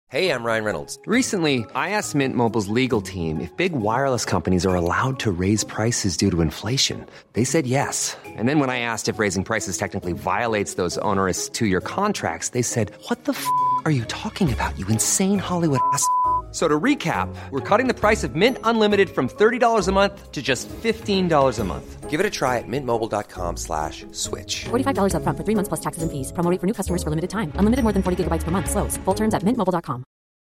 Hey, I'm Ryan Reynolds. Recently, I asked Mint Mobile's legal team if big wireless companies are allowed to raise prices due to inflation. They said yes. And then when I asked if raising prices technically violates those onerous two-year contracts, they said, "What the f*** are you talking about, you insane Hollywood ass?" So to recap, we're cutting the price of Mint Unlimited from $30 a month to just $15 a month. Give it a try at mintmobile.com/switch. $45 up front for 3 months plus taxes and fees. Promo rate for new customers for limited time. Unlimited more than 40 gigabytes per month. Slows full terms at mintmobile.com.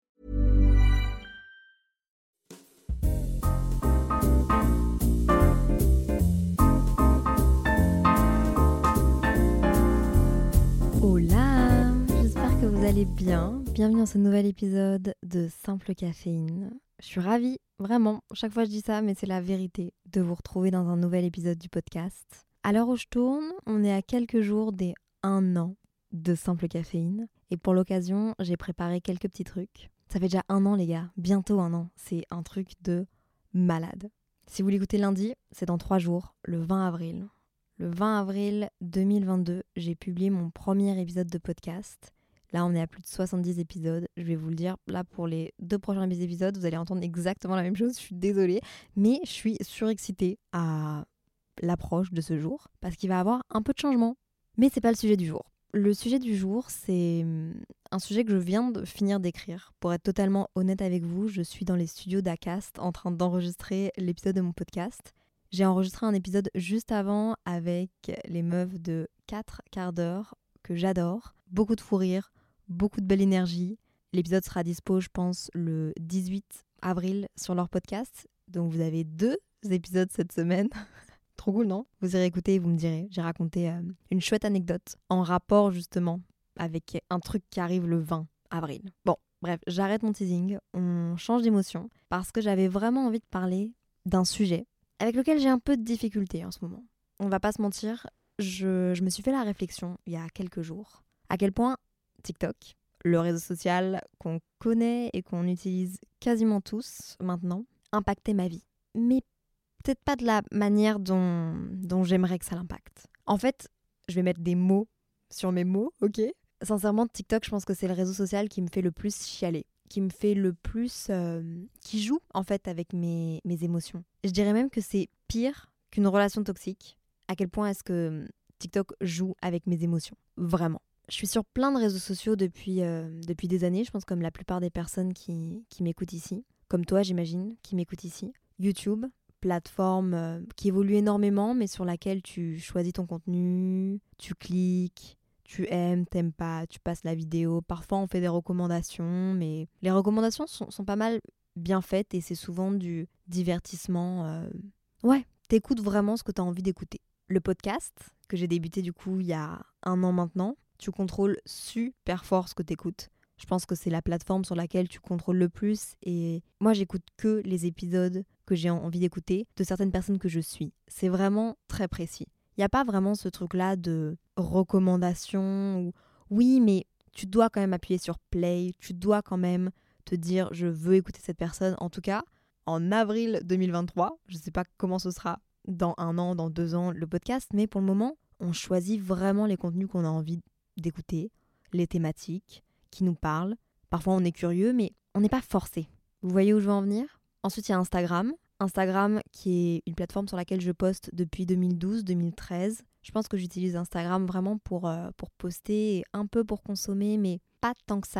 Hola, j'espère que vous allez bien. Bienvenue dans ce nouvel épisode de Simple Caféine. Je suis ravie, vraiment, chaque fois je dis ça, mais c'est la vérité, de vous retrouver dans un nouvel épisode du podcast. À l'heure où je tourne, on est à quelques jours des 1 an de Simple Caféine. Et pour l'occasion, j'ai préparé quelques petits trucs. Ça fait déjà 1 an les gars, bientôt 1 an. C'est un truc de malade. Si vous l'écoutez lundi, c'est dans 3 jours, le 20 avril. Le 20 avril 2022, j'ai publié mon premier épisode de podcast. Là, on est à plus de 70 épisodes. Je vais vous le dire, là, pour les 2 prochains épisodes, vous allez entendre exactement la même chose. Je suis désolée, mais je suis surexcitée à l'approche de ce jour parce qu'il va y avoir un peu de changement. Mais c'est pas le sujet du jour. Le sujet du jour, c'est un sujet que je viens de finir d'écrire. Pour être totalement honnête avec vous, je suis dans les studios d'Acast en train d'enregistrer l'épisode de mon podcast. J'ai enregistré un épisode juste avant avec les meufs de 4 quarts d'heure que j'adore. Beaucoup de fou rire, beaucoup de belle énergie. L'épisode sera dispo, je pense, le 18 avril sur leur podcast. Donc vous avez 2 épisodes cette semaine. Trop cool, non ? Vous irez écouter et vous me direz. J'ai raconté une chouette anecdote en rapport justement avec un truc qui arrive le 20 avril. Bon, bref, j'arrête mon teasing. On change d'émotion parce que j'avais vraiment envie de parler d'un sujet avec lequel j'ai un peu de difficulté en ce moment. On va pas se mentir, je me suis fait la réflexion il y a quelques jours à quel point TikTok, le réseau social qu'on connaît et qu'on utilise quasiment tous maintenant, impactait ma vie. Mais peut-être pas de la manière dont j'aimerais que ça l'impacte. En fait, je vais mettre des mots sur mes mots, ok ? Sincèrement, TikTok, je pense que c'est le réseau social qui me fait le plus chialer, qui me fait le plus... qui joue en fait avec mes émotions. Je dirais même que c'est pire qu'une relation toxique. À quel point est-ce que TikTok joue avec mes émotions ? Vraiment. Je suis sur plein de réseaux sociaux depuis des années, je pense comme la plupart des personnes qui m'écoutent ici. Comme toi, j'imagine, qui m'écoutent ici. YouTube, plateforme qui évolue énormément, mais sur laquelle tu choisis ton contenu, tu cliques, tu aimes, t'aimes pas, tu passes la vidéo. Parfois, on fait des recommandations, mais les recommandations sont pas mal bien faites et c'est souvent du divertissement. Ouais, t'écoutes vraiment ce que t'as envie d'écouter. Le podcast, que j'ai débuté du coup il y a 1 an maintenant, tu contrôles super fort ce que t'écoutes. Je pense que c'est la plateforme sur laquelle tu contrôles le plus et moi j'écoute que les épisodes que j'ai envie d'écouter de certaines personnes que je suis. C'est vraiment très précis. Il n'y a pas vraiment ce truc-là de recommandation ou oui, mais tu dois quand même appuyer sur play, tu dois quand même te dire je veux écouter cette personne. En tout cas, en avril 2023, je ne sais pas comment ce sera dans 1 an, dans 2 ans le podcast, mais pour le moment, on choisit vraiment les contenus qu'on a envie d'écouter, les thématiques qui nous parlent. Parfois on est curieux, mais on n'est pas forcé. Vous voyez où je veux en venir ? Ensuite, il y a Instagram. Instagram qui est une plateforme sur laquelle je poste depuis 2012-2013. Je pense que j'utilise Instagram vraiment pour poster et un peu pour consommer, mais pas tant que ça.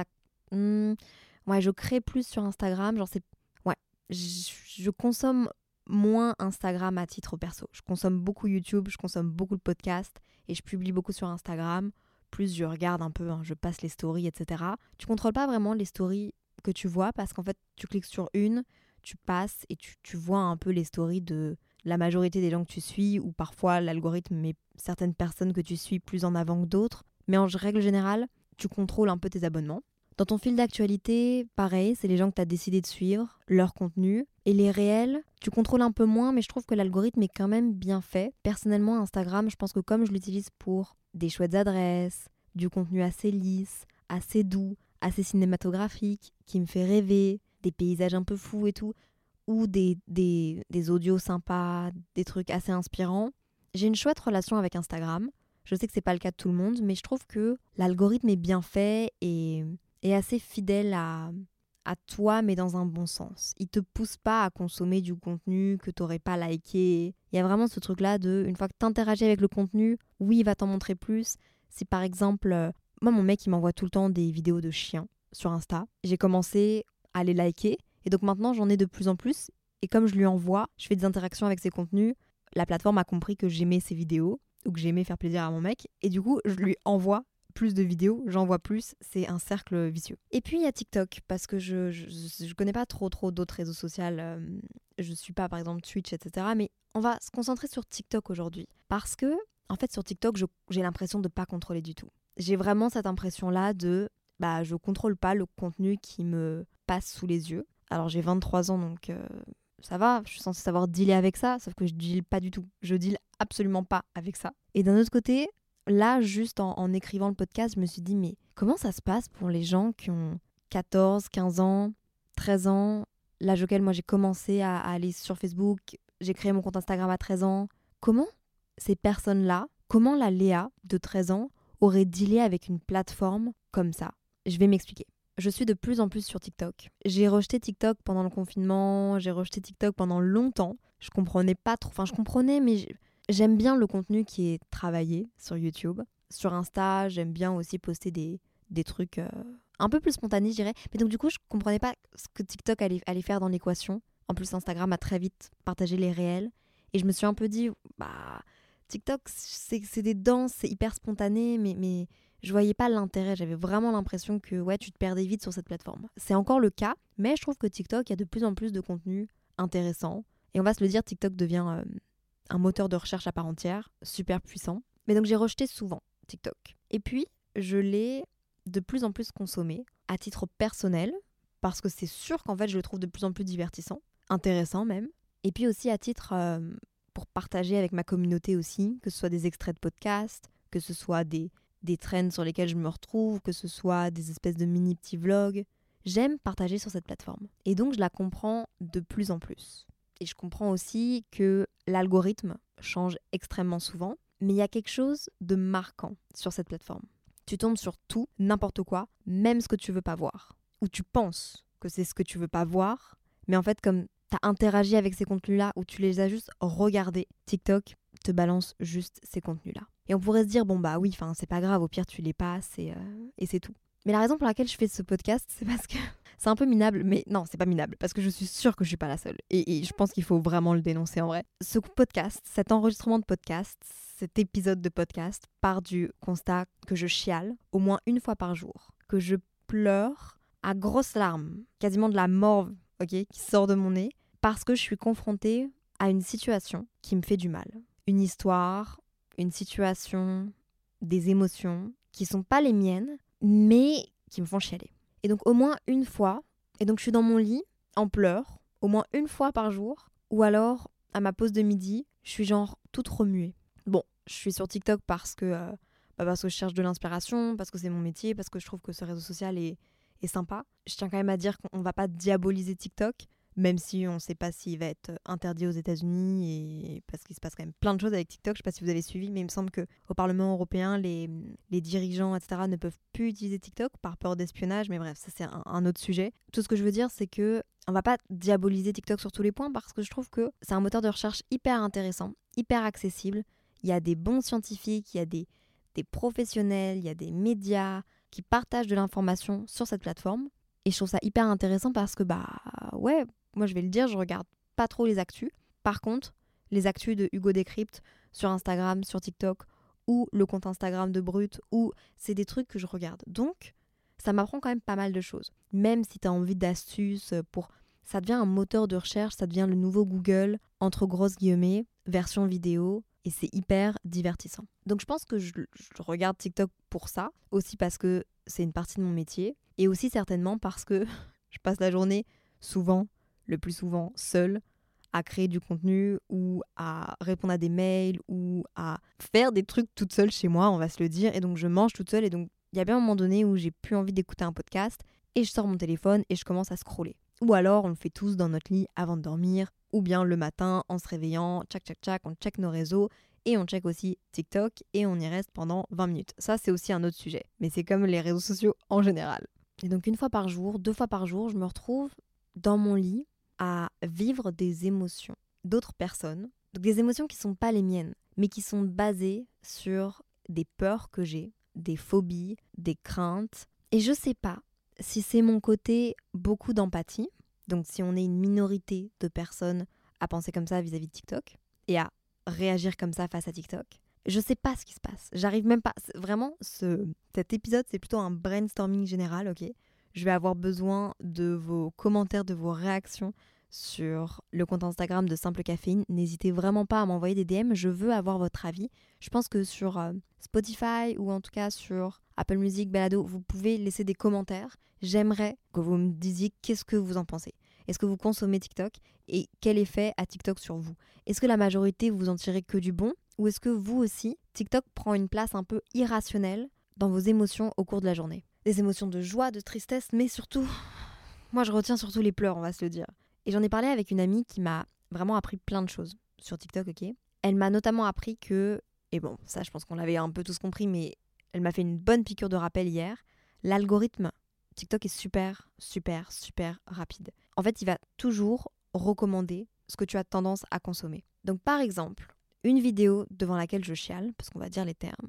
Ouais, je crée plus sur Instagram. Je consomme moins Instagram à titre perso. Je consomme beaucoup YouTube, je consomme beaucoup de podcasts et je publie beaucoup sur Instagram. Plus je regarde un peu, je passe les stories, etc. Tu contrôles pas vraiment les stories que tu vois parce qu'en fait, tu cliques sur une, tu passes et tu vois un peu les stories de la majorité des gens que tu suis ou parfois l'algorithme met certaines personnes que tu suis plus en avant que d'autres. Mais en règle générale, tu contrôles un peu tes abonnements. Dans ton fil d'actualité, pareil, c'est les gens que tu as décidé de suivre, leur contenu. Et les réels, tu contrôles un peu moins, mais je trouve que l'algorithme est quand même bien fait. Personnellement, Instagram, je pense que comme je l'utilise pour des chouettes adresses, du contenu assez lisse, assez doux, assez cinématographique, qui me fait rêver, des paysages un peu fous et tout, ou des audios sympas, des trucs assez inspirants. J'ai une chouette relation avec Instagram. Je sais que c'est pas le cas de tout le monde, mais je trouve que l'algorithme est bien fait et est assez fidèle à toi, mais dans un bon sens. Il te pousse pas à consommer du contenu que t'aurais pas liké. Il y a vraiment ce truc-là de, une fois que t'interagis avec le contenu, oui, il va t'en montrer plus. Si par exemple, moi, mon mec, il m'envoie tout le temps des vidéos de chiens sur Insta. J'ai commencé à les liker. Et donc maintenant, j'en ai de plus en plus. Et comme je lui envoie, je fais des interactions avec ses contenus, la plateforme a compris que j'aimais ses vidéos ou que j'aimais faire plaisir à mon mec. Et du coup, je lui envoie plus de vidéos, j'en vois plus, c'est un cercle vicieux. Et puis il y a TikTok, parce que je connais pas trop d'autres réseaux sociaux, je suis pas par exemple Twitch, etc. Mais on va se concentrer sur TikTok aujourd'hui, parce que en fait sur TikTok, j'ai l'impression de pas contrôler du tout. J'ai vraiment cette impression-là de, je contrôle pas le contenu qui me passe sous les yeux. Alors j'ai 23 ans, donc ça va, je suis censée savoir dealer avec ça, sauf que je deal pas du tout. Je deal absolument pas avec ça. Et d'un autre côté, là, juste en écrivant le podcast, je me suis dit, mais comment ça se passe pour les gens qui ont 14, 15 ans, 13 ans, l'âge auquel moi j'ai commencé à aller sur Facebook, j'ai créé mon compte Instagram à 13 ans. Comment ces personnes-là, comment la Léa de 13 ans aurait dealé avec une plateforme comme ça ? Je vais m'expliquer. Je suis de plus en plus sur TikTok. J'ai rejeté TikTok pendant le confinement, j'ai rejeté TikTok pendant longtemps. Je comprenais pas trop, enfin je comprenais, mais j'aime bien le contenu qui est travaillé sur YouTube. Sur Insta, j'aime bien aussi poster des trucs un peu plus spontanés, je dirais. Mais donc du coup, je comprenais pas ce que TikTok allait faire dans l'équation. En plus, Instagram a très vite partagé les réels. Et je me suis un peu dit, TikTok, c'est des danses, c'est hyper spontané, mais je voyais pas l'intérêt. J'avais vraiment l'impression que tu te perdais vite sur cette plateforme. C'est encore le cas, mais je trouve que TikTok, il y a de plus en plus de contenu intéressant. Et on va se le dire, TikTok devient un moteur de recherche à part entière, super puissant. Mais donc j'ai rejeté souvent TikTok. Et puis, je l'ai de plus en plus consommé à titre personnel, parce que c'est sûr qu'en fait, je le trouve de plus en plus divertissant, intéressant même. Et puis aussi à titre pour partager avec ma communauté aussi, que ce soit des extraits de podcasts, que ce soit des trends sur lesquels je me retrouve, que ce soit des espèces de mini petits vlogs. J'aime partager sur cette plateforme. Et donc, je la comprends de plus en plus. Et je comprends aussi que l'algorithme change extrêmement souvent, mais il y a quelque chose de marquant sur cette plateforme. Tu tombes sur tout, n'importe quoi, même ce que tu veux pas voir. Ou tu penses que c'est ce que tu veux pas voir, mais en fait, comme tu as interagi avec ces contenus-là, ou tu les as juste regardés, TikTok te balance juste ces contenus-là. Et on pourrait se dire, oui, c'est pas grave, au pire tu les passes et c'est tout. Mais la raison pour laquelle je fais ce podcast, c'est parce que c'est un peu minable, mais non, c'est pas minable, parce que je suis sûre que je suis pas la seule. Et je pense qu'il faut vraiment le dénoncer en vrai. Ce podcast, cet enregistrement de podcast, cet épisode de podcast part du constat que je chiale au moins une fois par jour, que je pleure à grosses larmes, quasiment de la morve, qui sort de mon nez, parce que je suis confrontée à une situation qui me fait du mal. Une histoire, une situation, des émotions qui sont pas les miennes, mais qui me font chialer. Et donc au moins une fois, et donc je suis dans mon lit en pleurs, au moins une fois par jour, ou alors à ma pause de midi, je suis genre toute remuée. Bon, je suis sur TikTok parce que je cherche de l'inspiration, parce que c'est mon métier, parce que je trouve que ce réseau social est sympa. Je tiens quand même à dire qu'on va pas diaboliser TikTok, même si on ne sait pas s'il va être interdit aux États-Unis, et parce qu'il se passe quand même plein de choses avec TikTok. Je ne sais pas si vous avez suivi, mais il me semble qu'au Parlement européen, les dirigeants, etc., ne peuvent plus utiliser TikTok par peur d'espionnage. Mais bref, ça c'est un autre sujet. Tout ce que je veux dire, c'est que on va pas diaboliser TikTok sur tous les points, parce que je trouve que c'est un moteur de recherche hyper intéressant, hyper accessible. Il y a des bons scientifiques, il y a des professionnels, il y a des médias qui partagent de l'information sur cette plateforme. Et je trouve ça hyper intéressant parce que, moi je vais le dire, je regarde pas trop les actus. Par contre, les actus de Hugo Décrypte sur Instagram, sur TikTok, ou le compte Instagram de Brut, ou c'est des trucs que je regarde. Donc, ça m'apprend quand même pas mal de choses. Même si tu as envie d'astuces ça devient un moteur de recherche, ça devient le nouveau Google, entre grosses guillemets, version vidéo, et c'est hyper divertissant. Donc je pense que je regarde TikTok pour ça, aussi parce que c'est une partie de mon métier, et aussi certainement parce que je passe la journée souvent, le plus souvent, seule, à créer du contenu ou à répondre à des mails ou à faire des trucs toute seule chez moi, on va se le dire, et donc je mange toute seule, et donc il y a bien un moment donné où j'ai plus envie d'écouter un podcast, et je sors mon téléphone et je commence à scroller. Ou alors on le fait tous dans notre lit avant de dormir, ou bien le matin en se réveillant, tchac, on check nos réseaux, et on check aussi TikTok, et on y reste pendant 20 minutes. Ça c'est aussi un autre sujet, mais c'est comme les réseaux sociaux en général. Et donc 1 fois par jour, 2 fois par jour, je me retrouve dans mon lit à vivre des émotions d'autres personnes. Donc des émotions qui ne sont pas les miennes, mais qui sont basées sur des peurs que j'ai, des phobies, des craintes. Et je sais pas si c'est mon côté beaucoup d'empathie, donc si on est une minorité de personnes à penser comme ça vis-à-vis de TikTok et à réagir comme ça face à TikTok. Je sais pas ce qui se passe. J'arrive même pas. Vraiment, cet épisode, c'est plutôt un brainstorming général, ok ? Je vais avoir besoin de vos commentaires, de vos réactions sur le compte Instagram de Simple Caféine. N'hésitez vraiment pas à m'envoyer des DM. Je veux avoir votre avis. Je pense que sur Spotify ou en tout cas sur Apple Music, Balado, vous pouvez laisser des commentaires. J'aimerais que vous me disiez qu'est-ce que vous en pensez. Est-ce que vous consommez TikTok et quel effet a TikTok sur vous ? Est-ce que la majorité vous en tirez que du bon ou est-ce que vous aussi, TikTok prend une place un peu irrationnelle dans vos émotions au cours de la journée ? Des émotions de joie, de tristesse, mais surtout, moi je retiens surtout les pleurs, on va se le dire. Et j'en ai parlé avec une amie qui m'a vraiment appris plein de choses sur TikTok, ok ? Elle m'a notamment appris que, et bon, ça je pense qu'on l'avait un peu tous compris, mais elle m'a fait une bonne piqûre de rappel hier, l'algorithme TikTok est super rapide. En fait, il va toujours recommander ce que tu as tendance à consommer. Donc par exemple, une vidéo devant laquelle je chiale, parce qu'on va dire les termes,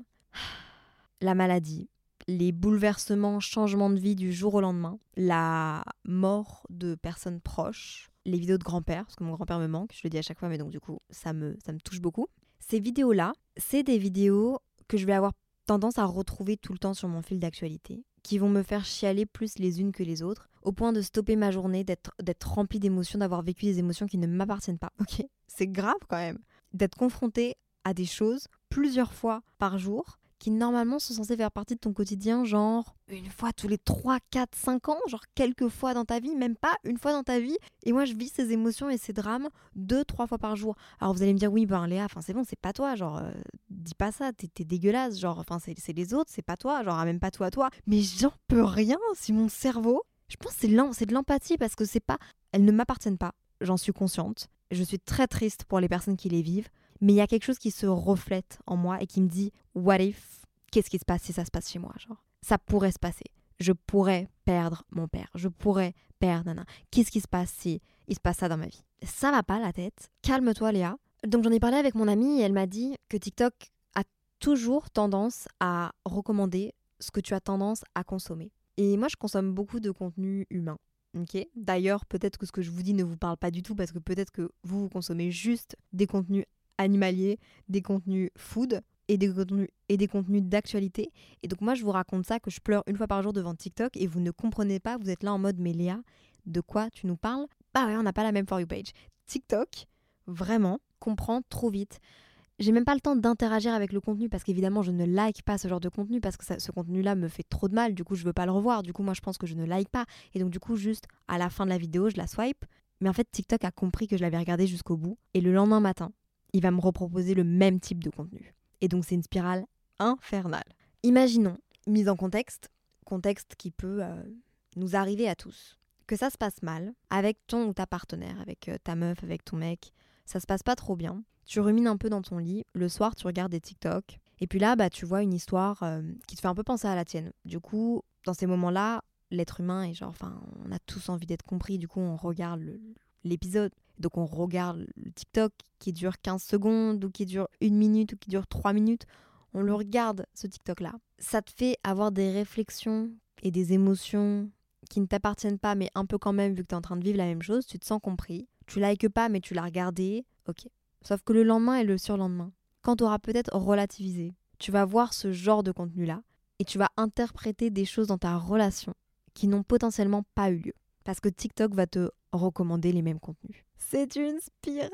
la maladie, les bouleversements, changements de vie du jour au lendemain, la mort de personnes proches, les vidéos de grand-père, parce que mon grand-père me manque, je le dis à chaque fois, mais donc du coup, ça me touche beaucoup. Ces vidéos-là, c'est des vidéos que je vais avoir tendance à retrouver tout le temps sur mon fil d'actualité, qui vont me faire chialer plus les unes que les autres, au point de stopper ma journée, d'être remplie d'émotions, d'avoir vécu des émotions qui ne m'appartiennent pas. Ok ? C'est grave quand même. D'être confrontée à des choses plusieurs fois par jour qui normalement sont censées faire partie de ton quotidien, genre une fois tous les 3, 4, 5 ans, genre quelques fois dans ta vie, même pas une fois dans ta vie. Et moi je vis ces émotions et ces drames 2, 3 fois par jour. Alors vous allez me dire oui ben Léa, c'est bon, c'est pas toi, genre dis pas ça, t'es dégueulasse, genre c'est les autres, c'est pas toi, genre même pas toi. Mais j'en peux rien si mon cerveau, je pense que c'est de l'empathie parce que c'est pas, elles ne m'appartiennent pas, j'en suis consciente. Je suis très triste pour les personnes qui les vivent. Mais il y a quelque chose qui se reflète en moi et qui me dit « What if ?» Qu'est-ce qui se passe si ça se passe chez moi, genre ? Ça pourrait se passer. Je pourrais perdre mon père. Je pourrais perdre nana. Qu'est-ce qui se passe si il se passe ça dans ma vie ? Ça va pas la tête. Calme-toi Léa. Donc j'en ai parlé avec mon amie et elle m'a dit que TikTok a toujours tendance à recommander ce que tu as tendance à consommer. Et moi je consomme beaucoup de contenu humain. Okay. D'ailleurs, peut-être que ce que je vous dis ne vous parle pas du tout parce que peut-être que vous consommez juste des contenus animaliers, des contenus food et des contenus d'actualité. Et donc moi, je vous raconte ça, que je pleure 1 fois par jour devant TikTok et vous ne comprenez pas, vous êtes là en mode « Mais Léa, de quoi tu nous parles ?» Bah ouais, on n'a pas la même For You page. TikTok, vraiment, comprend trop vite. J'ai même pas le temps d'interagir avec le contenu parce qu'évidemment, je ne like pas ce genre de contenu parce que ce contenu-là me fait trop de mal. Du coup, je veux pas le revoir. Du coup, moi, je pense que je ne like pas. Et donc, du coup, juste à la fin de la vidéo, je la swipe. Mais en fait, TikTok a compris que je l'avais regardé jusqu'au bout. Et le lendemain matin, il va me reproposer le même type de contenu. Et donc, c'est une spirale infernale. Imaginons, mise en contexte qui peut nous arriver à tous, que ça se passe mal avec ton ou ta partenaire, avec ta meuf, avec ton mec. Ça se passe pas trop bien. Tu rumines un peu dans ton lit. Le soir, tu regardes des TikTok. Et puis là, tu vois une histoire qui te fait un peu penser à la tienne. Du coup, dans ces moments-là, l'être humain est genre, on a tous envie d'être compris. Du coup, on regarde l'épisode. Donc on regarde le TikTok qui dure 15 secondes ou qui dure 1 minute ou qui dure 3 minutes. On le regarde, ce TikTok-là. Ça te fait avoir des réflexions et des émotions qui ne t'appartiennent pas, mais un peu quand même, vu que tu es en train de vivre la même chose. Tu te sens compris. Tu likes pas, mais tu l'as regardé. Ok. Sauf que le lendemain et le surlendemain, quand tu auras peut-être relativisé, tu vas voir ce genre de contenu-là et tu vas interpréter des choses dans ta relation qui n'ont potentiellement pas eu lieu. Parce que TikTok va te recommander les mêmes contenus. C'est une spirale.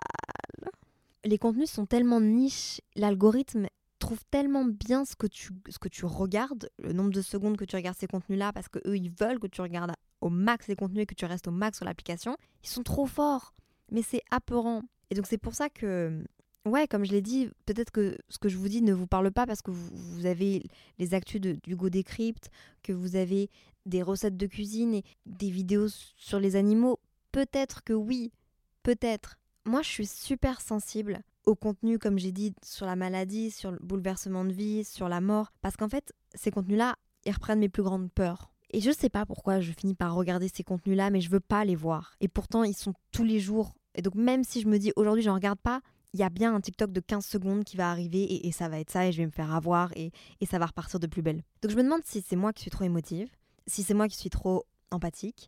Les contenus sont tellement niches, l'algorithme trouve tellement bien ce que tu regardes, le nombre de secondes que tu regardes ces contenus-là, parce qu'eux, ils veulent que tu regardes au max les contenus et que tu restes au max sur l'application. Ils sont trop forts, mais c'est apeurant. Et donc c'est pour ça que, ouais, comme je l'ai dit, peut-être que ce que je vous dis ne vous parle pas parce que vous avez les actus d'Hugo Décrypte, que vous avez des recettes de cuisine et des vidéos sur les animaux. Peut-être que oui, peut-être. Moi, je suis super sensible au contenu, comme j'ai dit, sur la maladie, sur le bouleversement de vie, sur la mort. Parce qu'en fait, ces contenus-là, ils reprennent mes plus grandes peurs. Et je sais pas pourquoi je finis par regarder ces contenus-là, mais je veux pas les voir. Et pourtant, ils sont tous les jours. Et donc même si je me dis aujourd'hui, j'en regarde pas, il y a bien un TikTok de 15 secondes qui va arriver et ça va être ça et je vais me faire avoir et ça va repartir de plus belle. Donc je me demande si c'est moi qui suis trop émotive, si c'est moi qui suis trop empathique,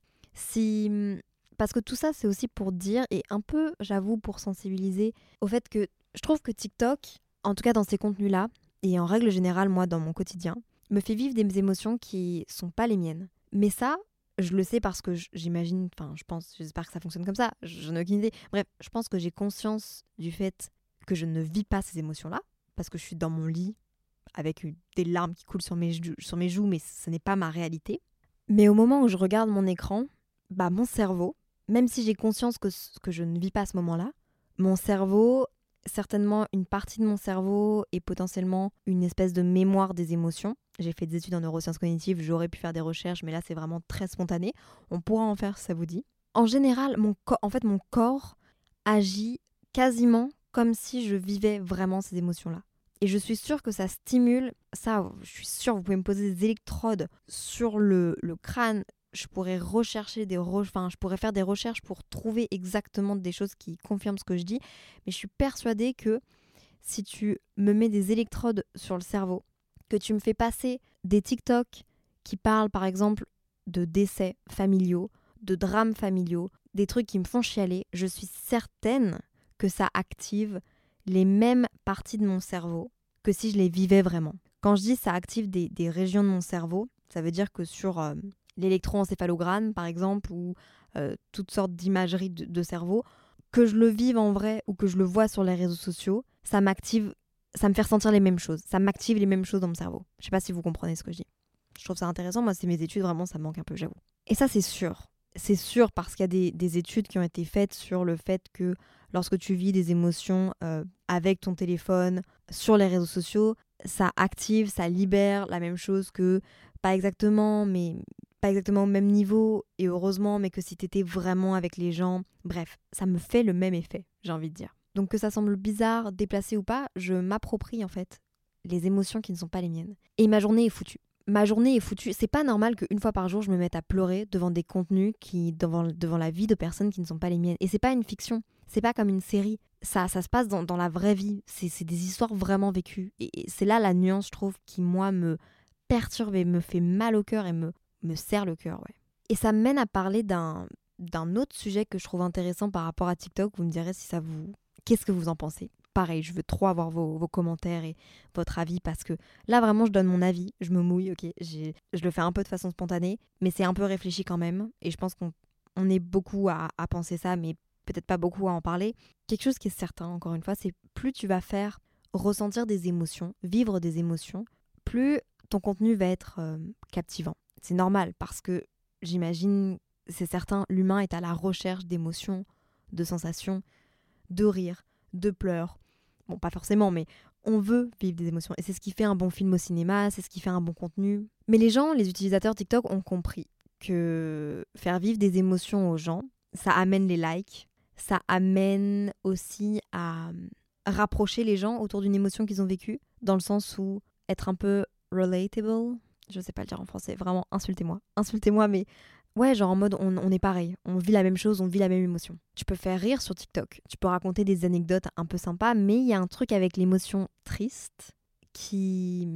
parce que tout ça, c'est aussi pour dire, et un peu, j'avoue, pour sensibiliser au fait que je trouve que TikTok, en tout cas dans ces contenus-là, et en règle générale, moi, dans mon quotidien, me fait vivre des émotions qui sont pas les miennes. Mais ça, je le sais parce que j'imagine, j'espère que ça fonctionne comme ça, j'en ai aucune idée. Bref, je pense que j'ai conscience du fait que je ne vis pas ces émotions-là, parce que je suis dans mon lit avec des larmes qui coulent sur mes joues, mais ce n'est pas ma réalité. Mais au moment où je regarde mon écran, mon cerveau, même si j'ai conscience que je ne vis pas à ce moment-là, mon cerveau, certainement une partie de mon cerveau et potentiellement une espèce de mémoire des émotions. J'ai fait des études en neurosciences cognitives, j'aurais pu faire des recherches, mais là c'est vraiment très spontané. On pourra en faire si ça vous dit. En général, mon corps agit quasiment comme si je vivais vraiment ces émotions-là. Et je suis sûre que ça stimule, ça, je suis sûre, vous pouvez me poser des électrodes sur le crâne. Je pourrais je pourrais faire des recherches pour trouver exactement des choses qui confirment ce que je dis. Mais je suis persuadée que si tu me mets des électrodes sur le cerveau, que tu me fais passer des TikTok qui parlent par exemple de décès familiaux, de drames familiaux, des trucs qui me font chialer, je suis certaine que ça active les mêmes parties de mon cerveau que si je les vivais vraiment. Quand je dis ça active des régions de mon cerveau, ça veut dire que sur l'électroencéphalogramme par exemple ou toutes sortes d'imageries de cerveau, que je le vive en vrai ou que je le vois sur les réseaux sociaux, ça m'active, ça me fait ressentir les mêmes choses, ça m'active les mêmes choses dans mon cerveau. Je sais pas si vous comprenez ce que je dis. Je trouve ça intéressant, moi c'est mes études, vraiment ça me manque un peu, j'avoue. Et ça c'est sûr parce qu'il y a des études qui ont été faites sur le fait que lorsque tu vis des émotions avec ton téléphone, sur les réseaux sociaux, ça active, ça libère la même chose que, pas exactement au même niveau, et heureusement, mais que si t'étais vraiment avec les gens, bref, ça me fait le même effet, j'ai envie de dire. Donc que ça semble bizarre, déplacé ou pas, je m'approprie en fait les émotions qui ne sont pas les miennes. Et ma journée est foutue. C'est pas normal qu'une fois par jour je me mette à pleurer devant des contenus devant la vie de personnes qui ne sont pas les miennes. Et c'est pas une fiction, c'est pas comme une série. Ça se passe dans la vraie vie, c'est des histoires vraiment vécues. Et c'est là la nuance, je trouve, qui moi me perturbe et me fait mal au cœur et me serre le cœur, ouais. Et ça me mène à parler d'un autre sujet que je trouve intéressant par rapport à TikTok. Vous me direz qu'est-ce que vous en pensez. Pareil, je veux trop avoir vos commentaires et votre avis parce que là, vraiment, je donne mon avis. Je me mouille, ok. Je le fais un peu de façon spontanée, mais c'est un peu réfléchi quand même. Et je pense qu'on est beaucoup à penser ça, mais peut-être pas beaucoup à en parler. Quelque chose qui est certain, encore une fois, c'est plus tu vas faire ressentir des émotions, vivre des émotions, plus ton contenu va être captivant. C'est normal parce que j'imagine, c'est certain, l'humain est à la recherche d'émotions, de sensations, de rire, de pleurs. Bon, pas forcément, mais on veut vivre des émotions. Et c'est ce qui fait un bon film au cinéma, c'est ce qui fait un bon contenu. Mais les utilisateurs TikTok ont compris que faire vivre des émotions aux gens, ça amène les likes, ça amène aussi à rapprocher les gens autour d'une émotion qu'ils ont vécue, dans le sens où être un peu relatable, je sais pas le dire en français, vraiment, insultez-moi, mais ouais, genre en mode on est pareil, on vit la même chose, on vit la même émotion. Tu peux faire rire sur TikTok, tu peux raconter des anecdotes un peu sympas, mais il y a un truc avec l'émotion triste qui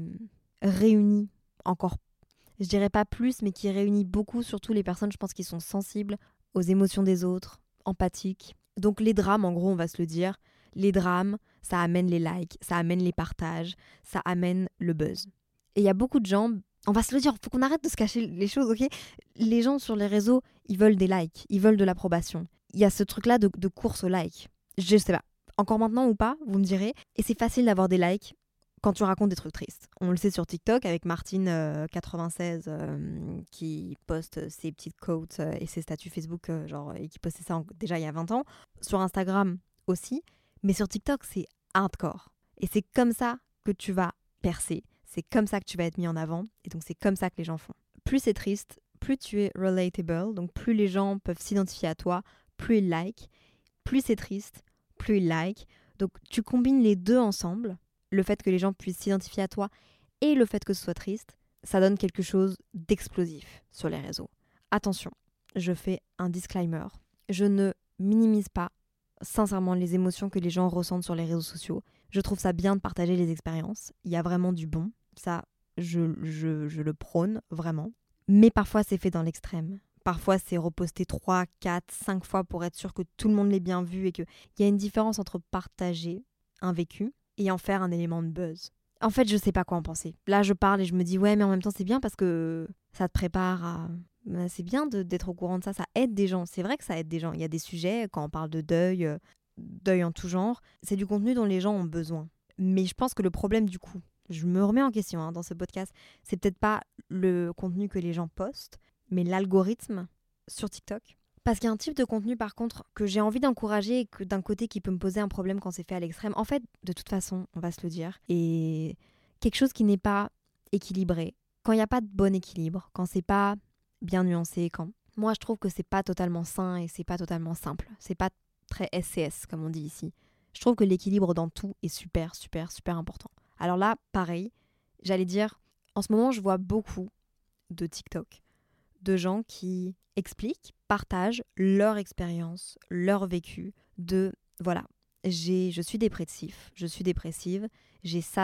réunit encore, je dirais pas plus, mais qui réunit beaucoup, surtout les personnes, je pense, qui sont sensibles aux émotions des autres, empathiques. Donc les drames, en gros, on va se le dire, les drames, ça amène les likes, ça amène les partages, ça amène le buzz. Et il y a beaucoup de gens, on va se le dire, faut qu'on arrête de se cacher les choses, ok ? Les gens sur les réseaux, ils veulent des likes, ils veulent de l'approbation. Il y a ce truc-là de course aux likes. Je sais pas, encore maintenant ou pas, vous me direz. Et c'est facile d'avoir des likes quand tu racontes des trucs tristes. On le sait sur TikTok avec Martine 96 qui poste ses petites quotes et ses statuts Facebook et qui postait ça déjà il y a 20 ans. Sur Instagram aussi, mais sur TikTok c'est hardcore. Et c'est comme ça que tu vas percer. C'est comme ça que tu vas être mis en avant et donc c'est comme ça que les gens font. Plus c'est triste, plus tu es relatable, donc plus les gens peuvent s'identifier à toi, plus ils like. Plus c'est triste, plus ils like. Donc tu combines les deux ensemble, le fait que les gens puissent s'identifier à toi et le fait que ce soit triste, ça donne quelque chose d'explosif sur les réseaux. Attention, je fais un disclaimer. Je ne minimise pas sincèrement les émotions que les gens ressentent sur les réseaux sociaux. Je trouve ça bien de partager les expériences. Il y a vraiment du bon. Ça, je le prône vraiment. Mais parfois, c'est fait dans l'extrême. Parfois, c'est reposté 3, 4, 5 fois pour être sûr que tout le monde l'ait bien vu et qu'il y a une différence entre partager un vécu et en faire un élément de buzz. En fait, je sais pas quoi en penser. Là, je parle et je me dis, ouais, mais en même temps, c'est bien parce que ça te prépare à... C'est bien d'être au courant de ça, ça aide des gens. C'est vrai que ça aide des gens. Il y a des sujets, quand on parle de deuil, deuil en tout genre, c'est du contenu dont les gens ont besoin. Mais je pense que le problème du coup, je me remets en question dans ce podcast, c'est peut-être pas le contenu que les gens postent, mais l'algorithme sur TikTok. Parce qu'il y a un type de contenu par contre que j'ai envie d'encourager et que d'un côté qui peut me poser un problème quand c'est fait à l'extrême. En fait, de toute façon, on va se le dire, et quelque chose qui n'est pas équilibré, quand il n'y a pas de bon équilibre, quand c'est pas bien nuancé, quand... Moi, je trouve que c'est pas totalement sain et c'est pas totalement simple. C'est pas très SCS, comme on dit ici. Je trouve que l'équilibre dans tout est super, super, super important. Alors là, pareil, j'allais dire, en ce moment, je vois beaucoup de TikTok, de gens qui expliquent, partagent leur expérience, leur vécu de, voilà, je suis dépressif, je suis dépressive, j'ai ça.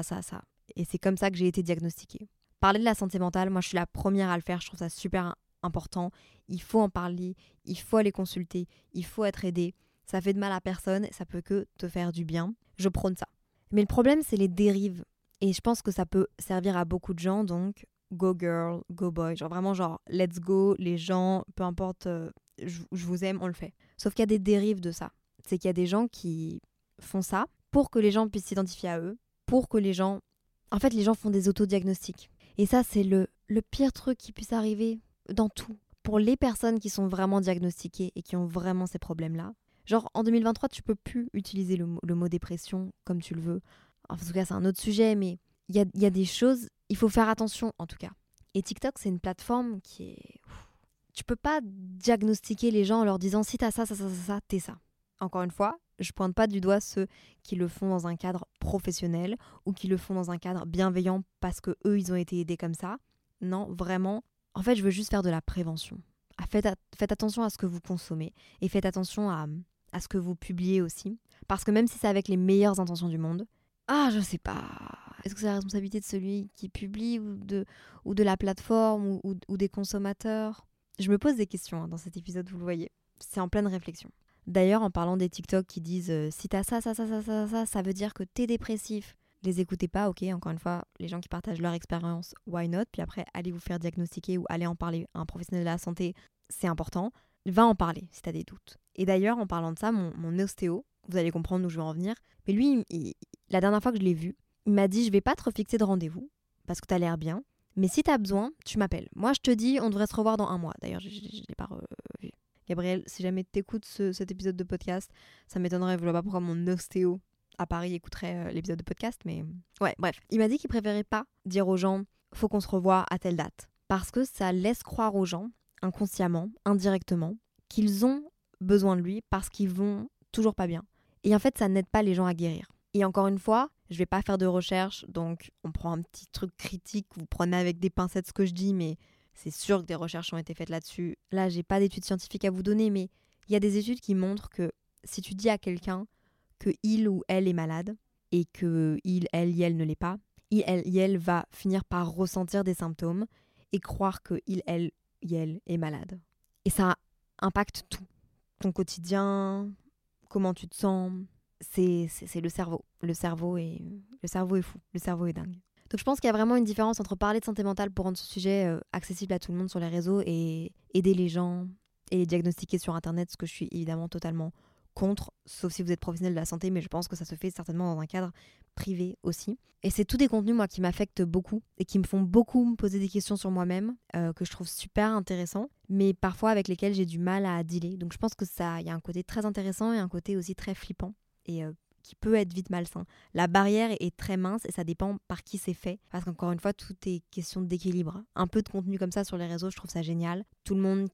Et c'est comme ça que j'ai été diagnostiquée. Parler de la santé mentale, moi je suis la première à le faire, je trouve ça super important. Il faut en parler, il faut aller consulter, il faut être aidé. Ça fait de mal à personne, ça peut que te faire du bien. Je prône ça. Mais le problème, c'est les dérives. Et je pense que ça peut servir à beaucoup de gens, donc go girl, go boy. Genre vraiment genre let's go, les gens, peu importe, je vous aime, on le fait. Sauf qu'il y a des dérives de ça. C'est qu'il y a des gens qui font ça pour que les gens puissent s'identifier à eux, pour que les gens... En fait, les gens font des autodiagnostics. Et ça, c'est le pire truc qui puisse arriver dans tout. Pour les personnes qui sont vraiment diagnostiquées et qui ont vraiment ces problèmes-là. Genre, en 2023, tu peux plus utiliser le mot dépression comme tu le veux. En tout cas, c'est un autre sujet, mais il y a des choses, il faut faire attention en tout cas. Et TikTok, c'est une plateforme qui est... Tu peux pas diagnostiquer les gens en leur disant si t'as ça, t'es ça. Encore une fois, je pointe pas du doigt ceux qui le font dans un cadre professionnel ou qui le font dans un cadre bienveillant parce que eux ils ont été aidés comme ça. Non, vraiment. En fait, je veux juste faire de la prévention. Faites attention à ce que vous consommez et faites attention à ce que vous publiez aussi. Parce que même si c'est avec les meilleures intentions du monde, je sais pas. Est-ce que c'est la responsabilité de celui qui publie ou de la plateforme ou des consommateurs ? Je me pose des questions dans cet épisode, vous le voyez. C'est en pleine réflexion. D'ailleurs, en parlant des TikTok qui disent si t'as ça veut dire que t'es dépressif. Les écoutez pas, ok, encore une fois, les gens qui partagent leur expérience, why not ? Puis après, allez vous faire diagnostiquer ou allez en parler à un professionnel de la santé, c'est important. Va en parler si t'as des doutes. Et d'ailleurs, en parlant de ça, mon ostéo, vous allez comprendre où je veux en venir, mais lui, la dernière fois que je l'ai vu, il m'a dit je vais pas te refixer de rendez-vous parce que t'as l'air bien, mais si t'as besoin, tu m'appelles. Moi, je te dis, on devrait se revoir dans 1 mois. D'ailleurs, je l'ai pas revu. Gabriel, si jamais t'écoutes cet épisode de podcast, ça m'étonnerait, je vois pas pourquoi mon ostéo à Paris écouterait l'épisode de podcast, mais ouais, bref. Il m'a dit qu'il préférait pas dire aux gens faut qu'on se revoie à telle date parce que ça laisse croire aux gens, inconsciemment, indirectement, qu'ils ont besoin de lui parce qu'ils vont toujours pas bien. Et en fait, ça n'aide pas les gens à guérir. Et encore une fois, je vais pas faire de recherche, donc on prend un petit truc critique, vous prenez avec des pincettes ce que je dis, mais c'est sûr que des recherches ont été faites là-dessus. Là, j'ai pas d'études scientifiques à vous donner, mais il y a des études qui montrent que si tu dis à quelqu'un que il ou elle est malade et que elle ne l'est pas, elle va finir par ressentir des symptômes et croire que elle est malade. Et ça impacte tout. Ton quotidien, comment tu te sens, c'est le cerveau. Le cerveau est fou, le cerveau est dingue. Donc je pense qu'il y a vraiment une différence entre parler de santé mentale pour rendre ce sujet accessible à tout le monde sur les réseaux et aider les gens et les diagnostiquer sur internet, ce que je suis évidemment totalement contre, sauf si vous êtes professionnel de la santé, mais je pense que ça se fait certainement dans un cadre privé aussi. Et c'est tous des contenus, moi, qui m'affectent beaucoup et qui me font beaucoup me poser des questions sur moi-même, que je trouve super intéressants, mais parfois avec lesquels j'ai du mal à dealer. Donc je pense que il y a un côté très intéressant et un côté aussi très flippant et qui peut être vite malsain. La barrière est très mince et ça dépend par qui c'est fait, parce qu'encore une fois, tout est question d'équilibre. Un peu de contenu comme ça sur les réseaux, je trouve ça génial. Tout le monde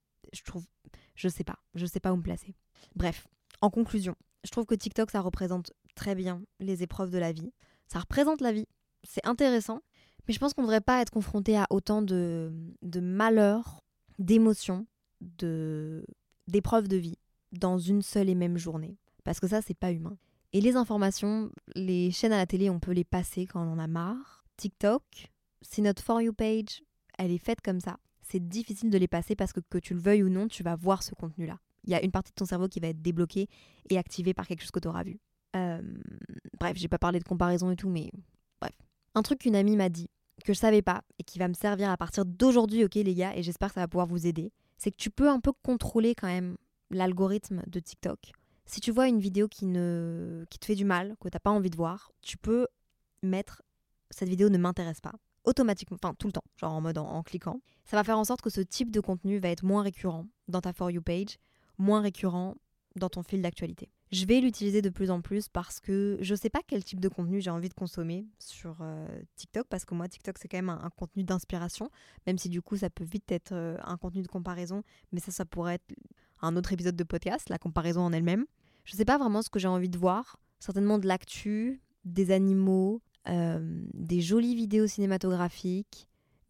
je sais pas où me placer. Bref, en conclusion, je trouve que TikTok, ça représente très bien les épreuves de la vie. Ça représente la vie, c'est intéressant, Mais je pense qu'on ne devrait pas être confronté à autant de malheurs, d'émotions, d'épreuves de vie dans une seule et même journée. Parce que ça, c'est pas humain. Et les informations, les chaînes à la télé, on peut les passer quand on en a marre. TikTok, si notre For You page, elle est faite comme ça, c'est difficile de les passer parce que tu le veuilles ou non, tu vas voir ce contenu-là. Il y a une partie de ton cerveau qui va être débloquée et activée par quelque chose que tu auras vu. Bref, j'ai pas parlé de comparaison et tout, mais bref. Un truc qu'une amie m'a dit, que je savais pas et qui va me servir à partir d'aujourd'hui, ok les gars, et j'espère que ça va pouvoir vous aider, c'est que tu peux un peu contrôler quand même l'algorithme de TikTok. Si tu vois une vidéo qui te fait du mal, que t'as pas envie de voir, tu peux mettre « cette vidéo ne m'intéresse pas ». Automatiquement, enfin tout le temps, genre en mode en cliquant. Ça va faire en sorte que ce type de contenu va être moins récurrent dans ta For You page, moins récurrent dans ton fil d'actualité. Je vais l'utiliser de plus en plus parce que je sais pas quel type de contenu j'ai envie de consommer sur TikTok, parce que moi TikTok c'est quand même un contenu d'inspiration, même si du coup ça peut vite être un contenu de comparaison, mais ça pourrait être un autre épisode de podcast, la comparaison en elle-même. Je sais pas vraiment ce que j'ai envie de voir, certainement de l'actu, des animaux, des jolies vidéos cinématographiques,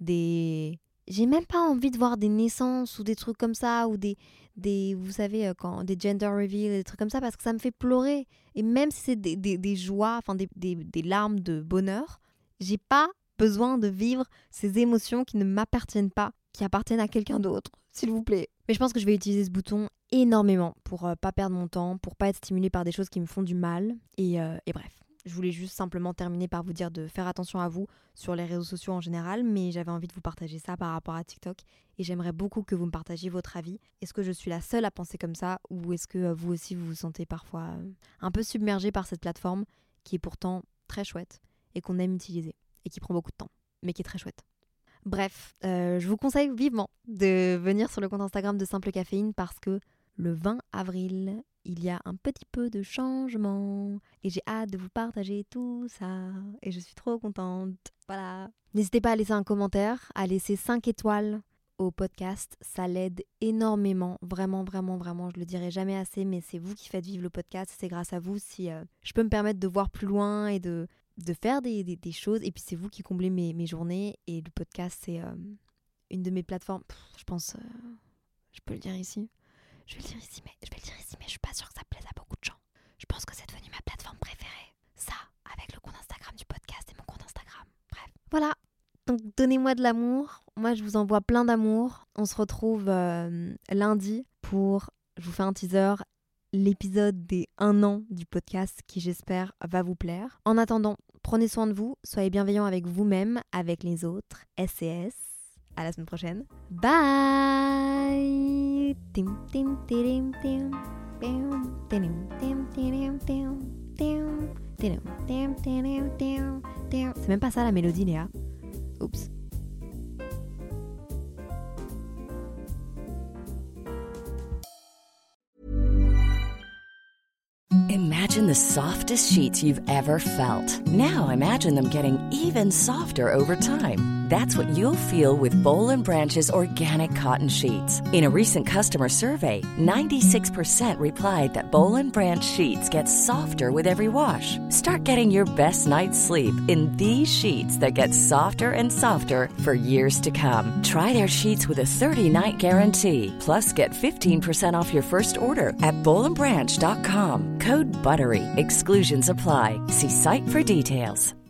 j'ai même pas envie de voir des naissances ou des trucs comme ça, ou des vous savez, des gender reveals, des trucs comme ça, parce que ça me fait pleurer. Et même si c'est des joies, enfin des larmes de bonheur, j'ai pas besoin de vivre ces émotions qui ne m'appartiennent pas, qui appartiennent à quelqu'un d'autre, s'il vous plaît. Mais je pense que je vais utiliser ce bouton énormément pour pas perdre mon temps, pour pas être stimulée par des choses qui me font du mal. Et bref. Je voulais juste simplement terminer par vous dire de faire attention à vous sur les réseaux sociaux en général, mais j'avais envie de vous partager ça par rapport à TikTok et j'aimerais beaucoup que vous me partagiez votre avis. Est-ce que je suis la seule à penser comme ça, ou est-ce que vous aussi vous vous sentez parfois un peu submergé par cette plateforme qui est pourtant très chouette et qu'on aime utiliser et qui prend beaucoup de temps, mais qui est très chouette. Bref, je vous conseille vivement de venir sur le compte Instagram de Simple Caféine parce que le 20 avril, il y a un petit peu de changement et j'ai hâte de vous partager tout ça et je suis trop contente. Voilà. N'hésitez pas à laisser un commentaire, à laisser 5 étoiles au podcast, ça l'aide énormément, vraiment, vraiment, vraiment, je le dirai jamais assez, mais c'est vous qui faites vivre le podcast, c'est grâce à vous si je peux me permettre de voir plus loin et de faire des choses, et puis c'est vous qui comblez mes journées, et le podcast c'est une de mes plateformes, je pense, je peux le dire ici. Je vais le dire ici, mais je suis pas sûre que ça plaise à beaucoup de gens. Je pense que c'est devenu ma plateforme préférée. Ça, avec le compte Instagram du podcast et mon compte Instagram. Bref. Voilà. Donc, donnez-moi de l'amour. Moi, je vous envoie plein d'amour. On se retrouve lundi pour, je vous fais un teaser, l'épisode des 1 an du podcast qui, j'espère, va vous plaire. En attendant, prenez soin de vous. Soyez bienveillants avec vous-même, avec les autres. SCS. À la semaine prochaine. Bye. C'est même pas ça la mélodie, Léa. Oups. Imagine the softest sheets you've ever felt. Now imagine them getting even softer over time. That's what you'll feel with Boll & Branch's organic cotton sheets. In a recent customer survey, 96% replied that Boll & Branch sheets get softer with every wash. Start getting your best night's sleep in these sheets that get softer and softer for years to come. Try their sheets with a 30-night guarantee. Plus, get 15% off your first order at bollandbranch.com. Code BUTTERY. Exclusions apply. See site for details.